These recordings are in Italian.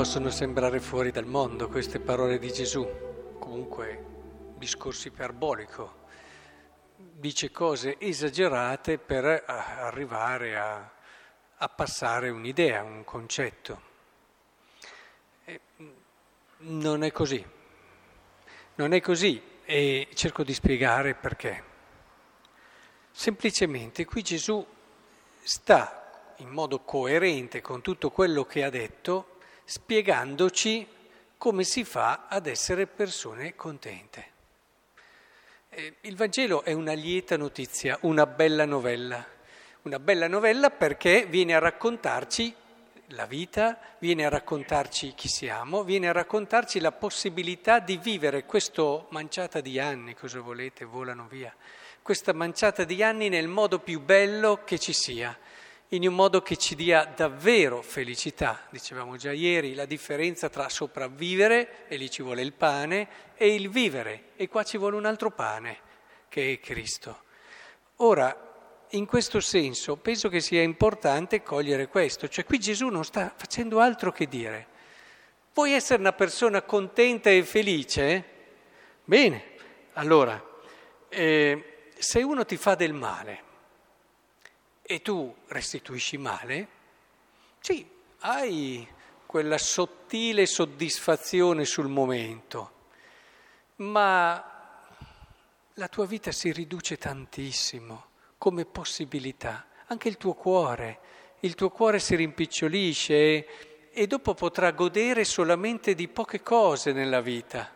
Possono sembrare fuori dal mondo queste parole di Gesù, comunque discorso iperbolico, dice cose esagerate per arrivare a passare un'idea, un concetto. Non è così, non è così e cerco di spiegare perché. Semplicemente qui Gesù sta in modo coerente con tutto quello che ha detto, spiegandoci come si fa ad essere persone contente. Il Vangelo è una lieta notizia, una bella novella perché viene a raccontarci la vita, viene a raccontarci chi siamo, viene a raccontarci la possibilità di vivere questa manciata di anni, cosa volete, volano via, questa manciata di anni nel modo più bello che ci sia, in un modo che ci dia davvero felicità. Dicevamo già ieri la differenza tra sopravvivere, e lì ci vuole il pane, e il vivere, e qua ci vuole un altro pane, che è Cristo. Ora, in questo senso penso che sia importante cogliere questo, cioè qui Gesù non sta facendo altro che dire: vuoi essere una persona contenta e felice? Bene, allora, se uno ti fa del male e tu restituisci male, sì, hai quella sottile soddisfazione sul momento, ma la tua vita si riduce tantissimo come possibilità, anche il tuo cuore si rimpicciolisce e dopo potrà godere solamente di poche cose nella vita.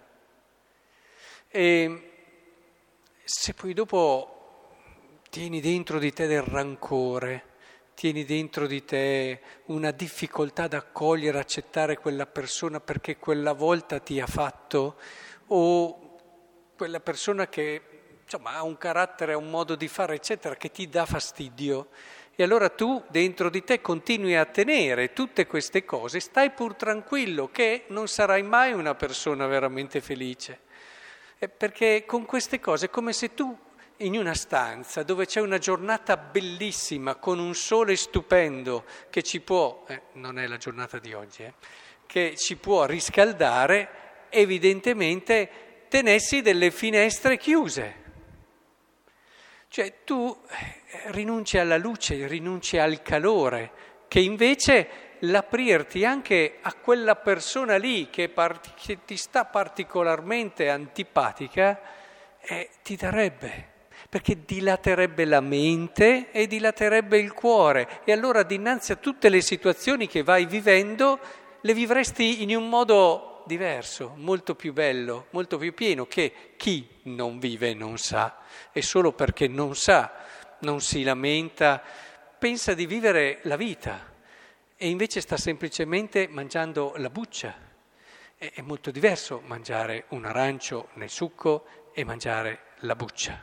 E se poi dopo tieni dentro di te del rancore, tieni dentro di te una difficoltà ad accogliere, accettare quella persona perché quella volta ti ha fatto, o quella persona che insomma ha un carattere, ha un modo di fare, eccetera, che ti dà fastidio, e allora tu dentro di te continui a tenere tutte queste cose, stai pur tranquillo che non sarai mai una persona veramente felice, perché con queste cose è come se tu in una stanza dove c'è una giornata bellissima con un sole stupendo che ci può, non è la giornata di oggi, che ci può riscaldare, evidentemente tenessi delle finestre chiuse. Cioè tu rinunci alla luce, rinunci al calore, che invece l'aprirti anche a quella persona lì che ti sta particolarmente antipatica ti darebbe. Perché dilaterebbe la mente e dilaterebbe il cuore, e allora dinanzi a tutte le situazioni che vai vivendo le vivresti in un modo diverso, molto più bello, molto più pieno, che chi non vive non sa, e solo perché non sa, non si lamenta, pensa di vivere la vita e invece sta semplicemente mangiando la buccia. È molto diverso mangiare un arancio nel succo e mangiare la buccia.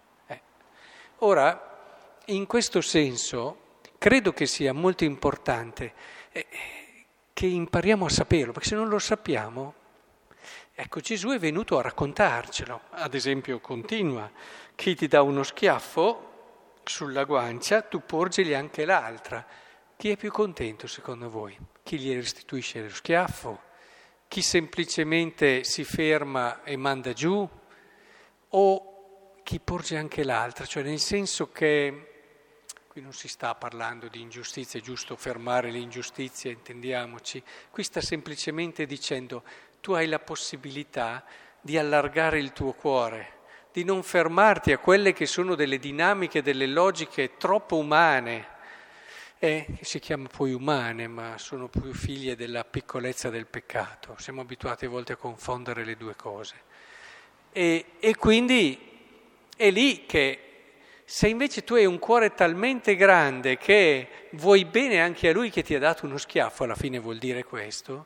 Ora, in questo senso, credo che sia molto importante che impariamo a saperlo, perché se non lo sappiamo, ecco, Gesù è venuto a raccontarcelo. Ad esempio, continua: chi ti dà uno schiaffo sulla guancia, tu porgili anche l'altra. Chi è più contento secondo voi? Chi gli restituisce lo schiaffo? Chi semplicemente si ferma e manda giù? O chi porge anche l'altra, cioè nel senso che qui non si sta parlando di ingiustizia, è giusto fermare l'ingiustizia, intendiamoci, qui sta semplicemente dicendo: tu hai la possibilità di allargare il tuo cuore, di non fermarti a quelle che sono delle dinamiche, delle logiche troppo umane, che si chiamano poi umane, ma sono più figlie della piccolezza del peccato, siamo abituati a volte a confondere le due cose. E quindi è lì che, se invece tu hai un cuore talmente grande che vuoi bene anche a lui che ti ha dato uno schiaffo, alla fine vuol dire questo,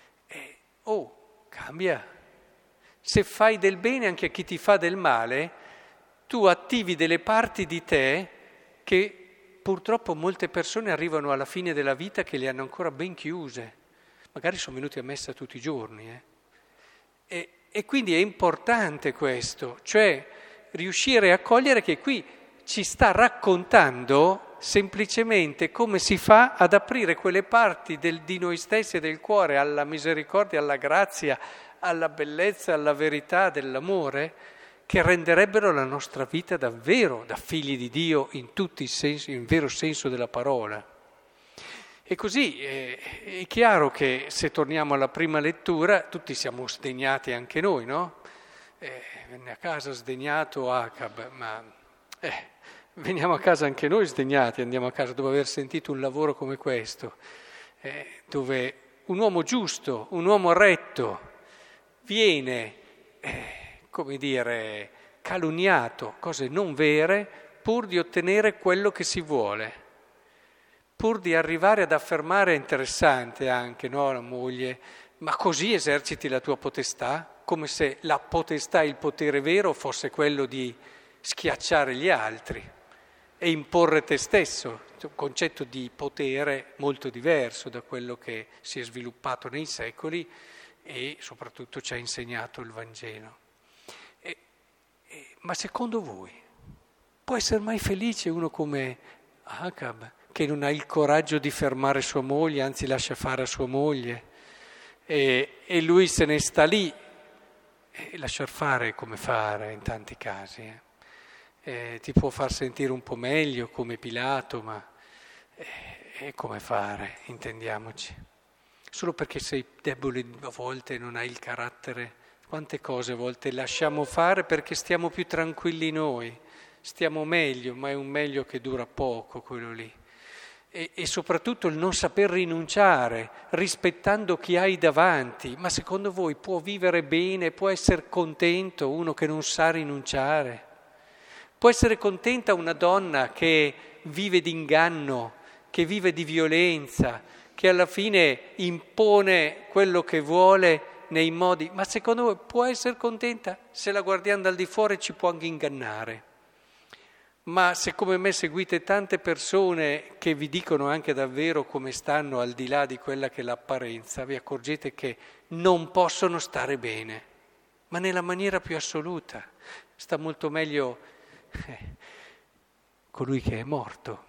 cambia. Se fai del bene anche a chi ti fa del male, tu attivi delle parti di te che purtroppo molte persone arrivano alla fine della vita che le hanno ancora ben chiuse. Magari sono venuti a messa tutti i giorni. E quindi è importante questo, cioè riuscire a cogliere che qui ci sta raccontando semplicemente come si fa ad aprire quelle parti di noi stessi e del cuore alla misericordia, alla grazia, alla bellezza, alla verità dell'amore, che renderebbero la nostra vita davvero da figli di Dio in tutti i sensi, in vero senso della parola. E così è chiaro che se torniamo alla prima lettura, tutti siamo sdegnati anche noi, no? Venne a casa sdegnato Acab, ma veniamo a casa anche noi sdegnati, andiamo a casa dopo aver sentito un lavoro come questo, dove un uomo giusto, un uomo retto, viene, come dire, calunniato, cose non vere, pur di ottenere quello che si vuole, pur di arrivare ad affermare, è interessante anche, no, la moglie, ma così eserciti la tua potestà, come se la potestà, il potere vero fosse quello di schiacciare gli altri e imporre te stesso, un concetto di potere molto diverso da quello che si è sviluppato nei secoli e soprattutto ci ha insegnato il Vangelo. Ma secondo voi può essere mai felice uno come Acab, che non ha il coraggio di fermare sua moglie, anzi lascia fare a sua moglie, e lui se ne sta lì, e lasciar fare è come fare in tanti casi. Ti può far sentire un po' meglio come Pilato, ma è come fare, intendiamoci. Solo perché sei debole a volte, non hai il carattere. Quante cose a volte lasciamo fare perché stiamo più tranquilli noi, stiamo meglio, ma è un meglio che dura poco quello lì. E soprattutto il non saper rinunciare, rispettando chi hai davanti. Ma secondo voi può vivere bene, può essere contento uno che non sa rinunciare? Può essere contenta una donna che vive di inganno, che vive di violenza, che alla fine impone quello che vuole nei modi, ma secondo voi può essere contenta? Se la guardiamo dal di fuori ci può anche ingannare. Ma se come me seguite tante persone che vi dicono anche davvero come stanno al di là di quella che è l'apparenza, vi accorgete che non possono stare bene, ma nella maniera più assoluta. Sta molto meglio colui che è morto.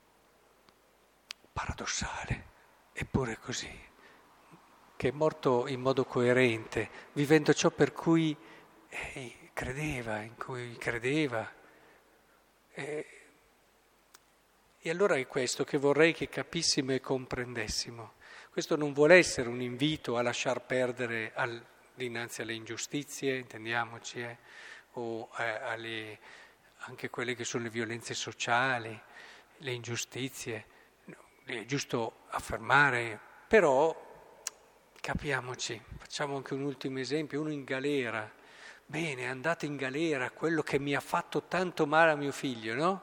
Paradossale, eppure così. Che è morto in modo coerente, vivendo ciò per cui credeva, in cui credeva. E allora è questo che vorrei che capissimo e comprendessimo. Questo non vuole essere un invito a lasciar perdere dinanzi alle ingiustizie, intendiamoci, o anche quelle che sono le violenze sociali, le ingiustizie. È giusto affermare, però capiamoci, facciamo anche un ultimo esempio, uno in galera. Bene, è andato in galera quello che mi ha fatto tanto male a mio figlio, no?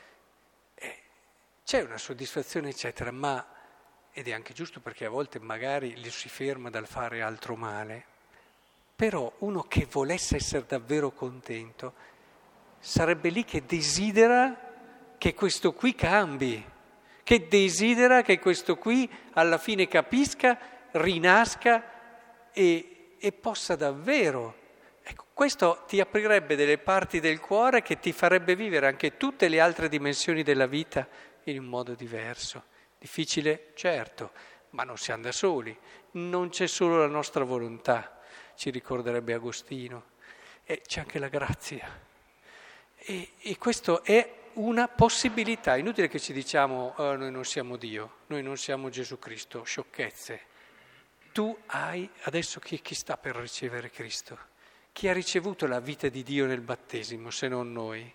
C'è una soddisfazione, eccetera, ed è anche giusto perché a volte magari gli si ferma dal fare altro male, però uno che volesse essere davvero contento sarebbe lì che desidera che questo qui cambi, che desidera che questo qui alla fine capisca, rinasca e possa davvero. Ecco, questo ti aprirebbe delle parti del cuore che ti farebbe vivere anche tutte le altre dimensioni della vita in un modo diverso. Difficile, certo, ma non siamo da soli, non c'è solo la nostra volontà, ci ricorderebbe Agostino, e c'è anche la grazia. E questo è una possibilità, inutile che ci diciamo noi non siamo Dio, noi non siamo Gesù Cristo, sciocchezze. Tu hai, adesso chi sta per ricevere Cristo? Chi ha ricevuto la vita di Dio nel battesimo, se non noi?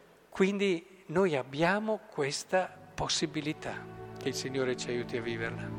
Quindi noi abbiamo questa possibilità, che il Signore ci aiuti a viverla.